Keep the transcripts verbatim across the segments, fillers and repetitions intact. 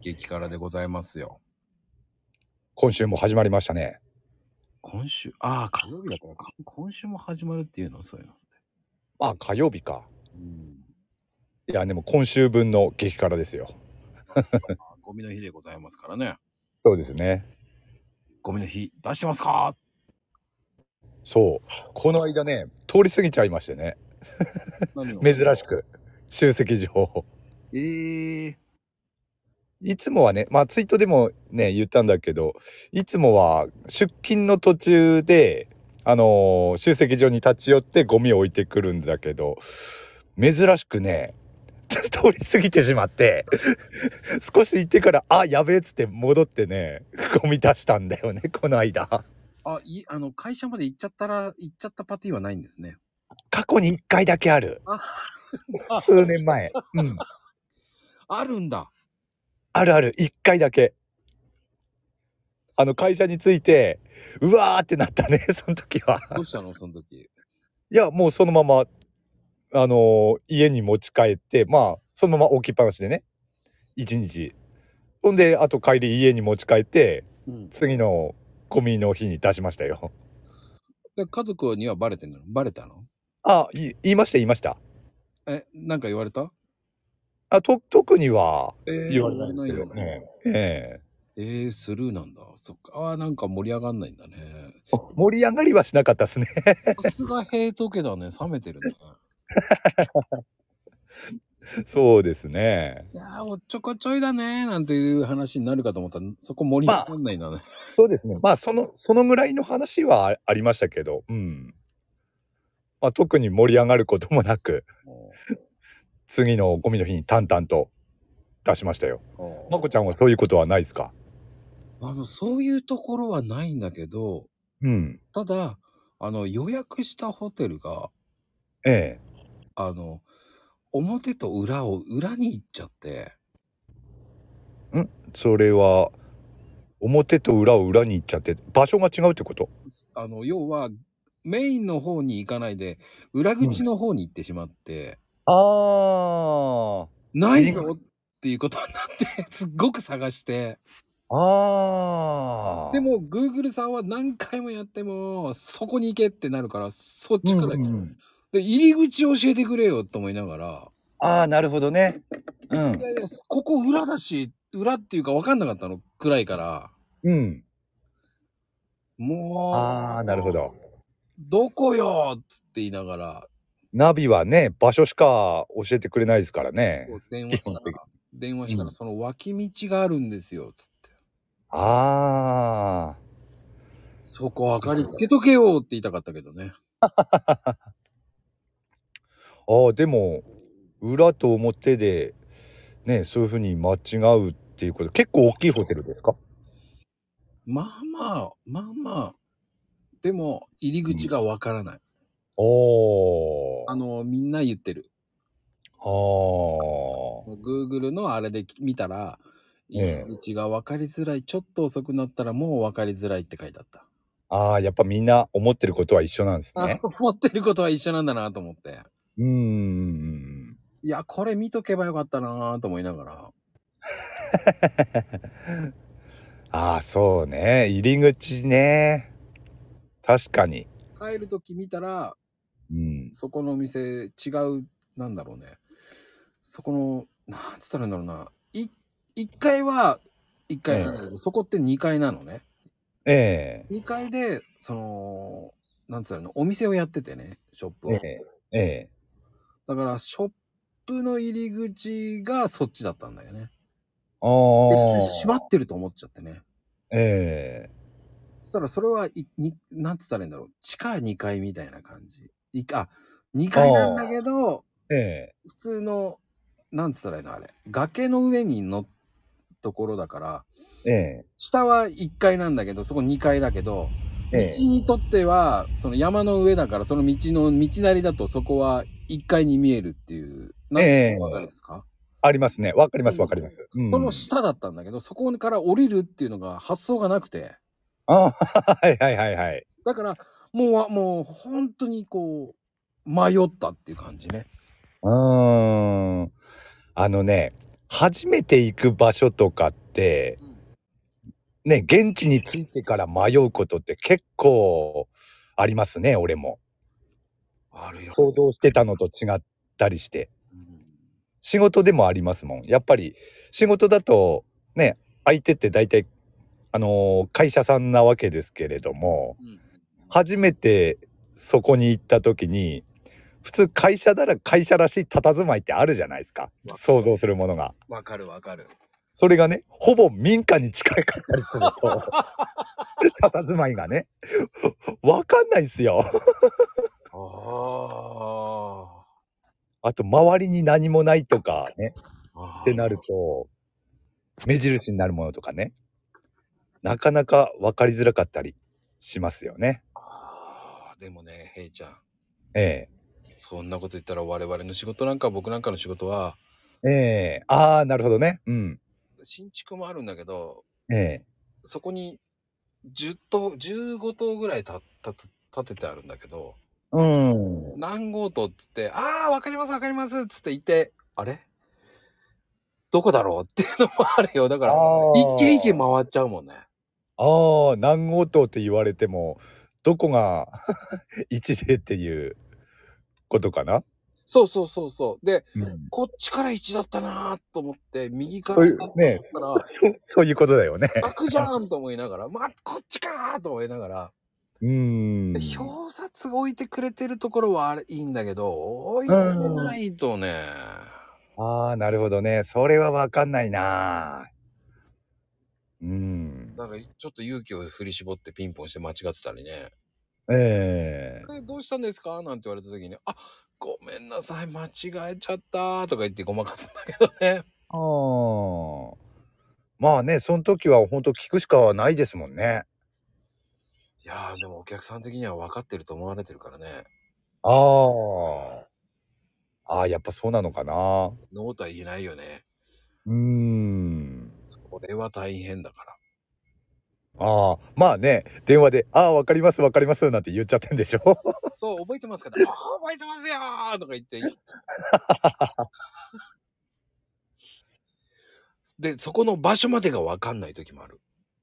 激辛でございますよ。 今週も始まりましたね。 今週、ああ、火曜日だからか今週も始まるっていうの、そういうのって。 あ、火曜日か。 うん。 いや、でも今週分の激辛ですよ。 ゴミの日でございますからね。 そうですね。 ゴミの日出してますか？ そう。この間ね、通り過ぎちゃいましてね。 何を？ 珍しく。集積場。 ええいつもはね、まあツイートでもね、言ったんだけど、いつもは出勤の途中で、あのー集積場に立ち寄ってゴミを置いてくるんだけど、珍しくね、通り過ぎてしまって、少し行ってから、あ、やべえっつって戻ってね、ゴミ出したんだよね、この間。 あ、いあの、会社まで行っちゃったら、行っちゃったパティはないんですね。 過去にいっかいだけある。 あ、 数年前。うん。 あるんだ。 あるある、いっかいだけ。あの、会社に着いて、うわーってなったね、その時は。 どうしたのその時。 いや、もうそのまま、あのー家に持ち帰って、まあ、そのまま置きっぱなしでね、いちにち。ほんで、あと帰り家に持ち帰って、 うん。 次のゴミの日に出しましたよ。 で、家族にはバレてんの？バレたの？ あ、い言いました言いました。 え、なんか言われた？ あ、と特にはええ言われないですけ言われないんだ。 どね。ええ。 ええスルーなんだ。そっか。ああ、なんか盛り上がんないんだね。 盛り上がりはしなかったっすね。 さすがヘイト家だね。冷めてるね。 そうですね。 いやー、おっちょこちょいだねーなんていう話になるかと思ったら、そこ盛りまあ、 上がんないんだね。 そうですね。まあ、そのそのぐらいの話はあありましたけど、うん。まあ、特に盛り上がることもなく、 も次のゴミの日に淡々と出しましたよ。 うまこちゃんはそういうことはないですか？ あの、そういうところはないんだけど、 うん。 ただ、あの、予約したホテルが、 ええ。 あの、表と裏を裏に行っちゃって、 ん？それは、表と裏を裏に行っちゃって、場所が違うってこと？ あの、要は、メインの方に行かないで、裏うん。 口の方に行ってしまって、 ああ。入り口。 ないぞっていうことになって、すっごく探して、でああ。 も、Google さんは何回もやっても、そこに行けってなるから、そっうんちから、 うんうん。 で、入り口教えてくれよと思いながら、 ああ、なるほどね。うん。 いやいや、ここ裏だし、裏っていうか分かんなかったの、暗いから。 うん。 もああ、なるほど。 う、どこよっつって言いながら、 ナビはね、場所しか教えてくれないですからこうね。 電話したら、 基本的電話に。うん。 したらその脇道があるんですよ、つって。 ああ。 そこ明かりつけとけよって言いたかったけどね。 ああ、でも、裏と表で、ね、そういう風に間違うっていうこと、結構大きいホテルですか？ まあまあ、まあまあ、でも入りうん。 口がわからない。 おー。 あの、みんな言ってる。 ああ。 Google のあれで見たら、入りええ。 口が分かりづらい、ちょっと遅くなったらもう分かりづらいって書いてあった。 ああ、やっぱみんな思ってることは一緒なんですあ、 ね。 思ってることは一緒なんだなと思って。 うーん。 いや、これ見とけばよかったなと思いながら。 ああ、そうね。入り口ね。確かに。 帰るとき見たら、 うん。 そこのお店違う、なんだろうね。そこの、なんつったらいいんだろうな。い、いっかいはいっかいなんだけど、そこってにかいなのね。 ええ。 にかいで、その、なんつったらいいの、お店をやっててね、ショップを。 ええ。ええ。 だから、ショップの入り口がそっちだったんだよね。 あで、し閉まっあ。 てると思っちゃってね。 ええ。 そしたらそれは、いになんつったらいいんだろう。地下にかいみたいな感じ。いあ、にかいなんだああ。 けど、 ええ。 普通の、なんつったらいいのあれ。崖の上にのところだから、 ええ。 下はいっかいなんだけど、そこにかいだけど、道ええ。 にとっては、その山の上だから、その道の道なりだとそこはいっかいに見えるっていう、 えなんかわかるえ。 ですか？ ありますね。わかりますわそうそうそう。 かります。うそのん。 下だったんだけど、そこから降りるっていうのが発想がなくて。 ああ、はいはいはいはい。 だから、もう、わもう本当にこう、迷ったっていう感じね。 うーん。あのね、 初めて行く場所とかってうん。 ね、現地に着いてから迷うことって結構ありますね、俺も。 あるよ。 想像してたのと違ったりして。 うん。 仕事でもありますもん。やっぱり仕事だとね、相手って大体あの、会社さんなわけですけれども、 うん。 初めてそこに行った時に、普通会社なら会社らしい佇まいってあるじゃないですか。想像するものが。 わかるわかる。 それがね、ほぼ民家に近かったりすると、佇まいがね、わかんないんすよ。 ああ。 あと周りに何もないとかね、 あってなると、目印になるものとかね、なかなか分かりづらかったりしますよね。 あ。でもね、ヘイちゃん。 えそんなこと言ったら我々の仕事なんか僕なんかの仕事は、 え、ええ、ああ、なるほどね。うん。 新築もあるんだけど、 ええ、 そこにじゅっ棟、じゅうご棟ぐらいたた建ててあるんだけど、 うん。 何号棟っつって、ああ、わかりますわかりますっつって言って、あれどこだろうっていうのもあるよ。だかあら、一軒一軒あ。 回っちゃうもんね。 ああ、何号棟って言われても、どこが一でっていうことかな？ そうそうそうそう。で、 うん。 こっちからいちだったなと思って、右かそういらと思うね、 ったら、 そそういうことだよね。 逆じゃんと思いながら、ま、こっちかーと思いながら、 うーん。 表札置いてくれてるところはあれいいんだけど、置いうてーん。 ないとね、 ああ、なるほどね。それはわかんないな。うーん。 なんかちょっと勇気を振り絞ってピンポンして間違ってたりね。 ええ。 え、どうしたんですかなんて言われた時に、あ、ごめんなさい、間違えちゃったとか言ってごまかすんだけどね。 ああ。まあね、そん時はほんと聞くしかないですもんね。 いやー、でもお客さん的には分かってると思われてるからね。 ああ。ああ、やっぱそうなのかな。 ノーとは言えないよね。 うーん。 それは大変だから。 ああ、まあね、電話で、「ああ、分かります分かります」なんて言っちゃってんでしょ？ そう、覚えてますかああ、覚えてますよーとか言って。で、そこの場所までが分かんない時もある。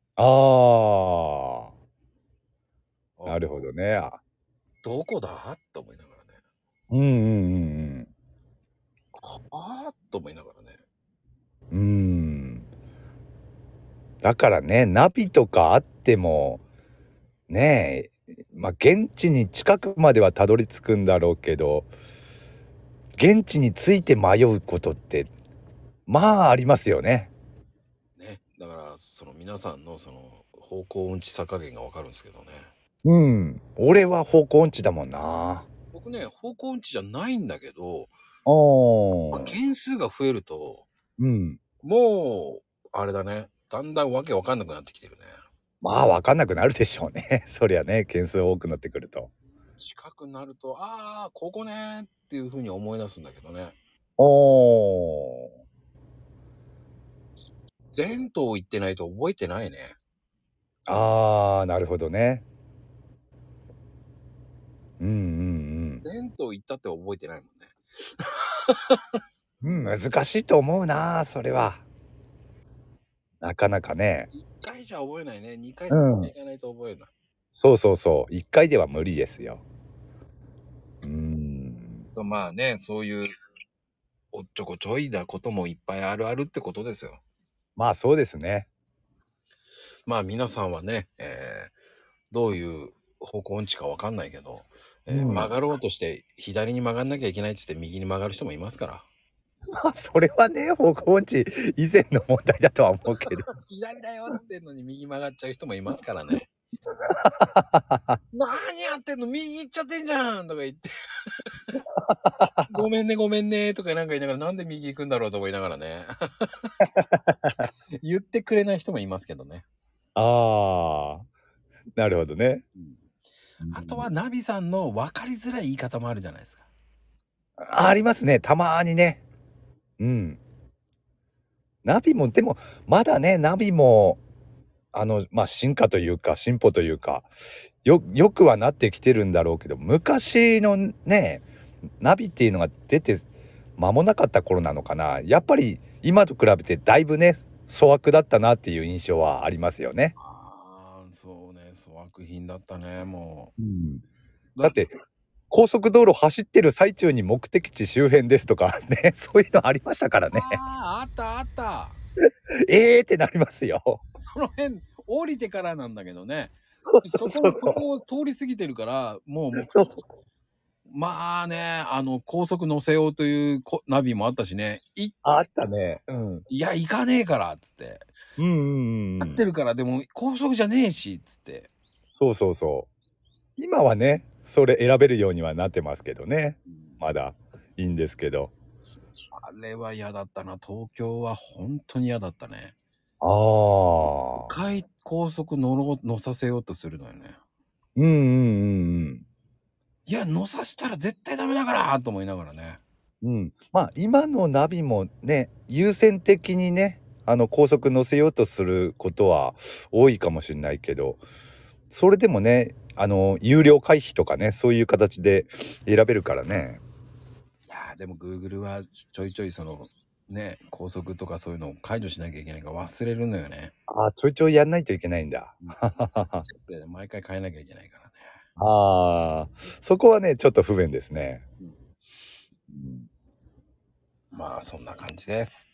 ああ、 あ、 なるほどね。あ、 どこだと思いながらね。 うんうんうんああと思いながらね。 うん。うーん。だからね、ナビとかあっても、ねえ、ま、現地に近くまではたどり着くんだろうけど、現地に着いて迷うことって、まあ、ありますよね。 ね。だから、その皆さんのその方向音痴さ加減が分かるんですけどね。 うん。俺は方向音痴だもんな。 僕ね、方向音痴じゃないんだけど、 あまあ、 あ。 件数が増えると、 うん。 もう、あれだね。だんだんわけわかんなくなってきてるね。 まあ、分かんなくなるでしょうね。そりゃね、件数多くなってくると。 近くなると、ああ、ここねっていう風に思い出すんだけどね。 おお。 全島行ってないと覚えてないね。 ああ、なるほどね。うんうん全島行ったって覚えてないもんね。 うん。うん、難しいと思うな、それは。なかなかね。 いっかいじゃ覚えないね。にかい、 うさんかいん。 行かないと覚えない。 そうそうそう。いっかいでは無理ですよ。うーん。 まあね、そういうおっちょこちょいなこともいっぱいあるあるってことですよ。 まあ、そうですね。 まあ皆さんはね、えーどういう方向音痴かわかんないけど、えーうん。 曲がろうとして左に曲がんなきゃいけないっつって右に曲がる人もいますから。 まあ、それはね、方向音痴以前の問題だとは思うけど。 左だよって言ってんのに右曲がっちゃう人もいますからね。何やってんの右行っちゃってんじゃんとか言って。ごめんねごめんねとかなんか言いながらなんで右行くんだろうと思いながらね。言ってくれない人もいますけどね。 ああ、なるほどね。 うん、 うん。 あとはナビさんの分かりづらい言い方もあるじゃないですか。 あ、ありますね、たまにね。うん。ナビも、でも、まだね、ナビも、あの、ま、進化というか、進歩というか、よ良くはなってきてるんだろうけど、昔のね、ナビっていうのが出て間もなかった頃なのかな。やっぱり今と比べてだいぶね、粗悪だったなっていう印象はありますよね。 ああ、そうね、粗悪品だったね、もうん。 う。だだって、高速道路走ってる最中に目的地周辺ですとかね、そういうのありましたからね。 ああ、あったあった。 ええってなりますよ。 その辺、降りてからなんだけどね。 そうそそこ、 うそうそう。 そこを通り過ぎてるから、もう目そう。 的まあね、あの、高速乗せようというこナビもあったしね。いあったね。うん。 いや、行かねえからっつって。 うんうんうんうん。 合ってるから、でも高速じゃねえしっつって。 そうそうそう。今はね、それ選べるようにはなってますけどね。 うん、 まだいいんですけど。 あれは嫌だったな。東京は本当に嫌だったね。 ああ。 回高速乗ろう乗させようとするのよね。 うんうんうんうん。 いや、乗させたら絶対ダメだからと思いながらね。 うん。まあ、今のナビもね、優先的にね、あの、高速乗せようとすることは多いかもしれないけど、それでもね、あの、有料回避とかね、そういう形で選べるからね。 いやー、でも Google はちょいちょいその、ね、高速とかそういうのを解除しなきゃいけないから忘れるのよね。 ああ、ちょいちょいやんないといけないんだ。 うん。チェックで毎回変えなきゃいけないからね。 ああ、そこはね、ちょっと不便ですね。 うん。 うん。 まあ、そんな感じです。